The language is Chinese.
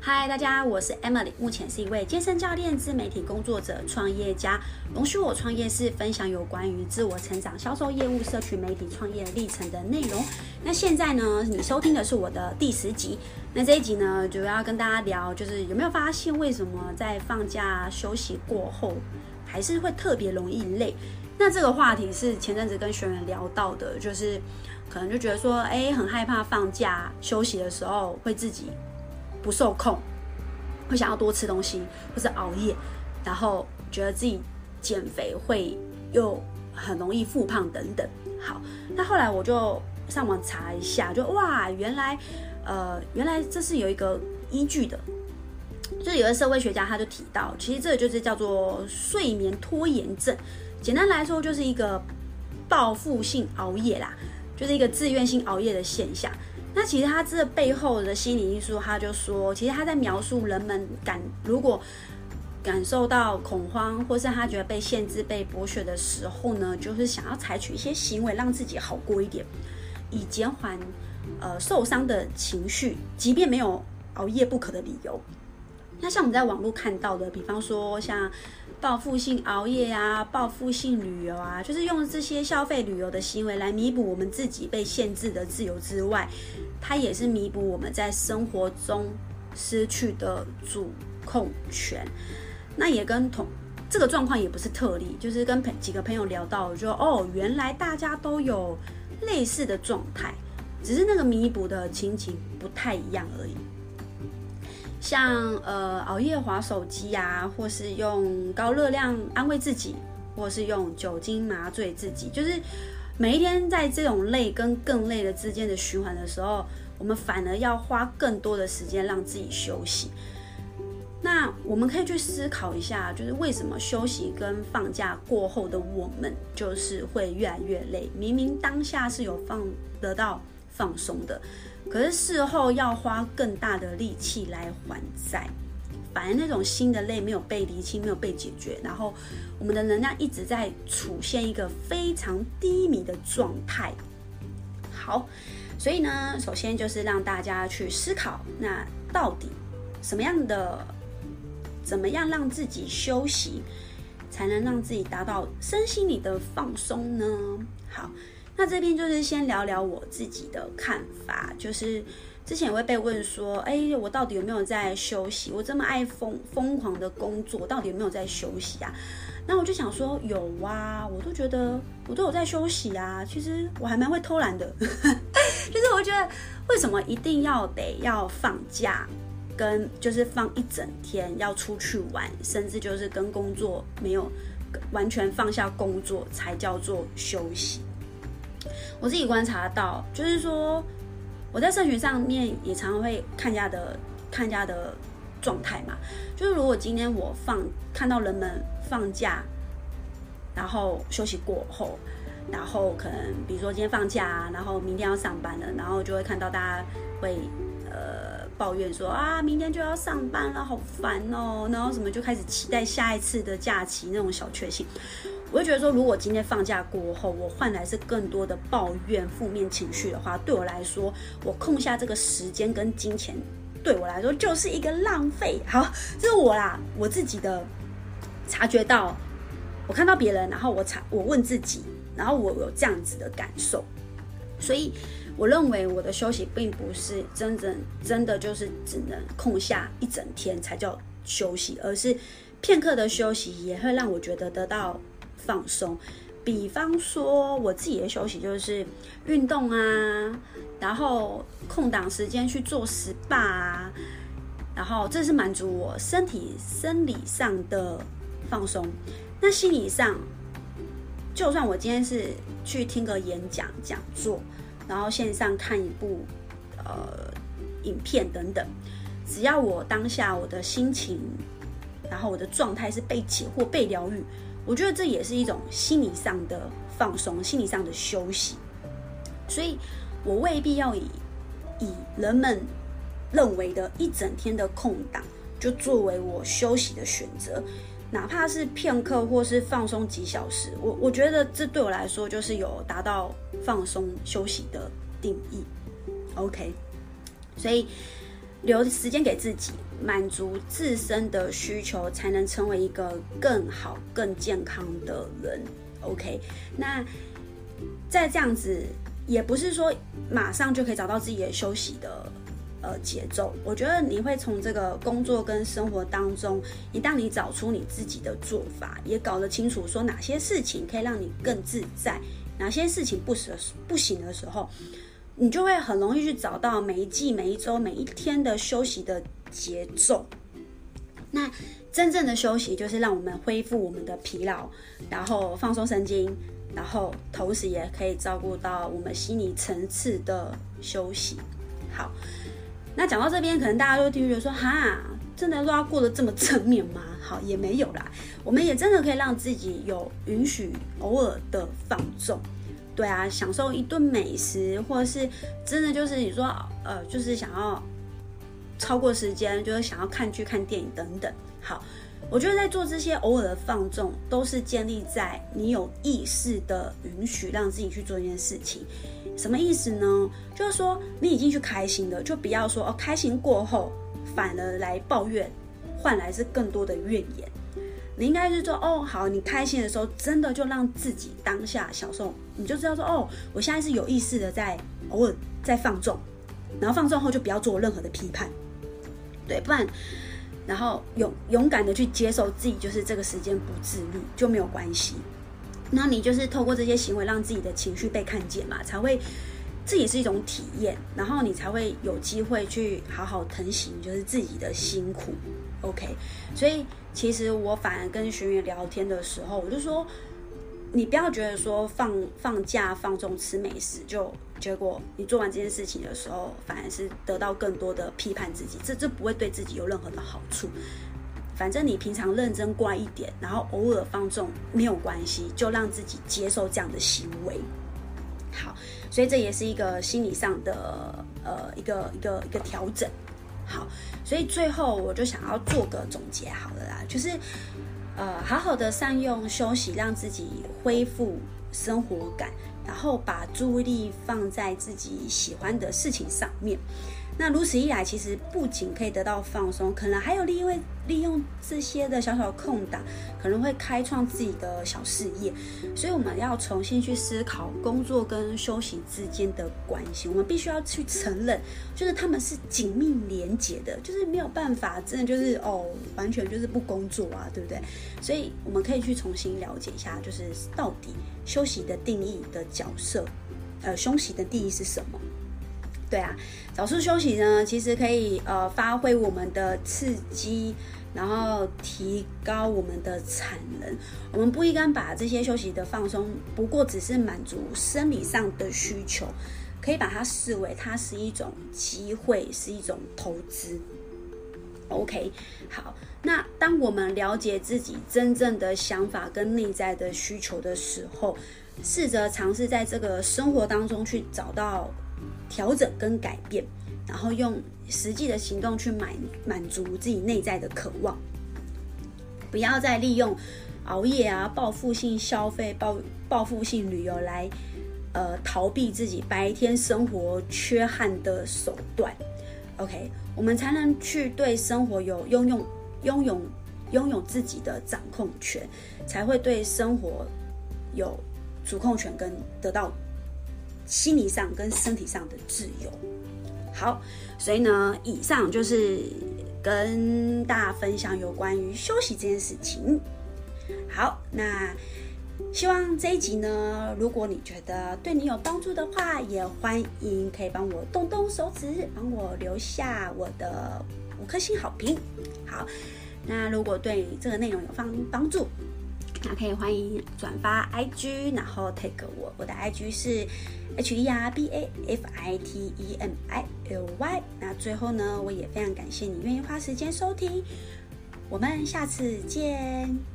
嗨，大家，我是 Emily， 目前是一位健身教练、自媒体工作者、创业家。容许我创业是分享有关于自我成长、销售业务、社群媒体创业历程的内容。那现在呢，你收听的是我的第10集。那这一集呢，主要跟大家聊，就是有没有发现为什么在放假休息过后，还是会特别容易累？那这个话题是前阵子跟学员聊到的，就是可能就觉得说，很害怕放假休息的时候会自己不受控，会想要多吃东西，或是熬夜，然后觉得自己减肥会又很容易复胖等等。好，那后来我就上网查一下，就哇，原来这是有一个依据的，就是有个社会学家他就提到，其实这个就是叫做睡眠拖延症。简单来说，就是一个报复性熬夜啦，就是一个自愿性熬夜的现象。那其实他这背后的心理因素，他就说，其实他在描述人们如果感受到恐慌，或是他觉得被限制、被剥削的时候呢，就是想要采取一些行为让自己好过一点，以减缓受伤的情绪，即便没有熬夜不可的理由。那像我们在网络看到的，比方说像报复性熬夜啊、报复性旅游啊，就是用这些消费旅游的行为来弥补我们自己被限制的自由之外，它也是弥补我们在生活中失去的主控权。那也跟这个状况也不是特例，就是跟几个朋友聊到，就原来大家都有类似的状态，只是那个弥补的情景不太一样而已。像熬夜滑手机啊，或是用高热量安慰自己，或是用酒精麻醉自己，就是每一天在这种累跟更累的之间的循环的时候，我们反而要花更多的时间让自己休息。那我们可以去思考一下，就是为什么休息跟放假过后的我们就是会越来越累？明明当下是有得到放松的，可是事后要花更大的力气来还债，反而那种新的累没有被厘清，没有被解决，然后我们的能量一直在处现一个非常低迷的状态。好，所以呢，首先就是让大家去思考，那到底怎么样让自己休息，才能让自己达到身心理的放松呢？好，那这边就是先聊聊我自己的看法，就是之前也会被问说，我到底有没有在休息？我这么爱疯狂的工作，到底有没有在休息啊？那我就想说，有啊，我都觉得我都有在休息啊。其实我还蛮会偷懒的，就是我觉得为什么一定要放假，跟就是放一整天要出去玩，甚至就是跟工作没有完全放下工作才叫做休息。我自己观察到，就是说我在社群上面也常常会看人家的状态嘛，就是如果今天我看到人们放假，然后休息过后，然后可能比如说今天放假啊，然后明天要上班了，然后就会看到大家会抱怨说啊，明天就要上班了，好烦哦，然后什么就开始期待下一次的假期那种小确幸。我会觉得说，如果今天放假过后，我换来是更多的抱怨、负面情绪的话，对我来说，我空下这个时间跟金钱，对我来说就是一个浪费。好，这是我自己的察觉到，我看到别人，然后我问自己，然后我有这样子的感受，所以我认为我的休息并不是真的就是只能空下一整天才叫休息，而是片刻的休息也会让我觉得得到放松。比方说我自己的休息就是运动啊，然后空档时间去做 SPA 啊，然后这是满足我生理上的放松。那心理上，就算我今天是去听个演讲讲座，然后线上看一部影片等等，只要我当下我的心情，然后我的状态是被解惑、被疗愈，我觉得这也是一种心理上的放松、心理上的休息。所以我未必要以人们认为的一整天的空档就作为我休息的选择，哪怕是片刻或是放松几小时，我觉得这对我来说就是有达到放松休息的定义。OK， 所以留时间给自己， 满足自身的需求，才能成为一个更好、更健康的人。OK， 那在这样子，也不是说马上就可以找到自己的休息的节奏。我觉得你会从这个工作跟生活当中，一旦你找出你自己的做法，也搞得清楚说哪些事情可以让你更自在，哪些事情不行的时候，你就会很容易去找到每一季、每一周、每一天的休息的节奏。那真正的休息就是让我们恢复我们的疲劳，然后放松神经，然后同时也可以照顾到我们心理层次的休息。好，那讲到这边，可能大家就听觉得说，哈，真的都要过得这么正面吗？好，也没有啦，我们也真的可以让自己有允许偶尔的放纵。对啊，享受一顿美食，或者是真的就是你说就是想要超过时间，就是想要看剧、看电影等等。好，我觉得在做这些偶尔的放纵，都是建立在你有意识的允许让自己去做一件事情。什么意思呢？就是说你已经去开心了，就不要说开心过后反而来抱怨，换来是更多的怨言。你应该是说好，你开心的时候，真的就让自己当下享受，你就知道说我现在是有意识的在偶尔在放纵，然后放纵后就不要做任何的批判，对，不然然后勇敢的去接受自己就是这个时间不自律就没有关系。那你就是透过这些行为让自己的情绪被看见嘛，才会这也是一种体验，然后你才会有机会去好好疼惜就是自己的辛苦。 OK， 所以其实我反而跟学员聊天的时候，我就说你不要觉得说放假放纵吃美食，就结果你做完这件事情的时候反而是得到更多的批判自己，这不会对自己有任何的好处。反正你平常认真乖一点，然后偶尔放纵没有关系，就让自己接受这样的行为。好，所以这也是一个心理上的一个调整。好，所以最后我就想要做个总结好了啦，就是好好的善用休息，让自己恢复生活感，然后把注意力放在自己喜欢的事情上面。那如此一来，其实不仅可以得到放松，可能还有利用这些的小小的空档，可能会开创自己的小事业。所以我们要重新去思考工作跟休息之间的关系，我们必须要去承认，就是他们是紧密连结的，就是没有办法真的就是完全就是不工作啊，对不对？所以我们可以去重新了解一下，就是到底休息的定义的角色，休息的定义是什么？对啊，早出休息呢，其实可以发挥我们的刺激，然后提高我们的产能。我们不应该把这些休息的放松，不过只是满足生理上的需求，可以把它视为它是一种机会，是一种投资。OK， 好，那当我们了解自己真正的想法跟内在的需求的时候，试着尝试在这个生活当中去找到调整跟改变，然后用实际的行动去满足自己内在的渴望，不要再利用熬夜啊、报复性消费、报复性旅游来逃避自己白天生活缺憾的手段。OK， 我们才能去对生活有拥有自己的掌控权，才会对生活有主控权跟得到心理上跟身体上的自由。好，所以呢，以上就是跟大家分享有关于休息这件事情。好，那希望这一集呢，如果你觉得对你有帮助的话，也欢迎可以帮我动动手指，帮我留下我的5颗星好评。好，那如果对这个内容有帮助，那可以欢迎转发 IG， 然后 tag 我的 IG 是 HERBAFITEMILY。 那最后呢，我也非常感谢你愿意花时间收听，我们下次见。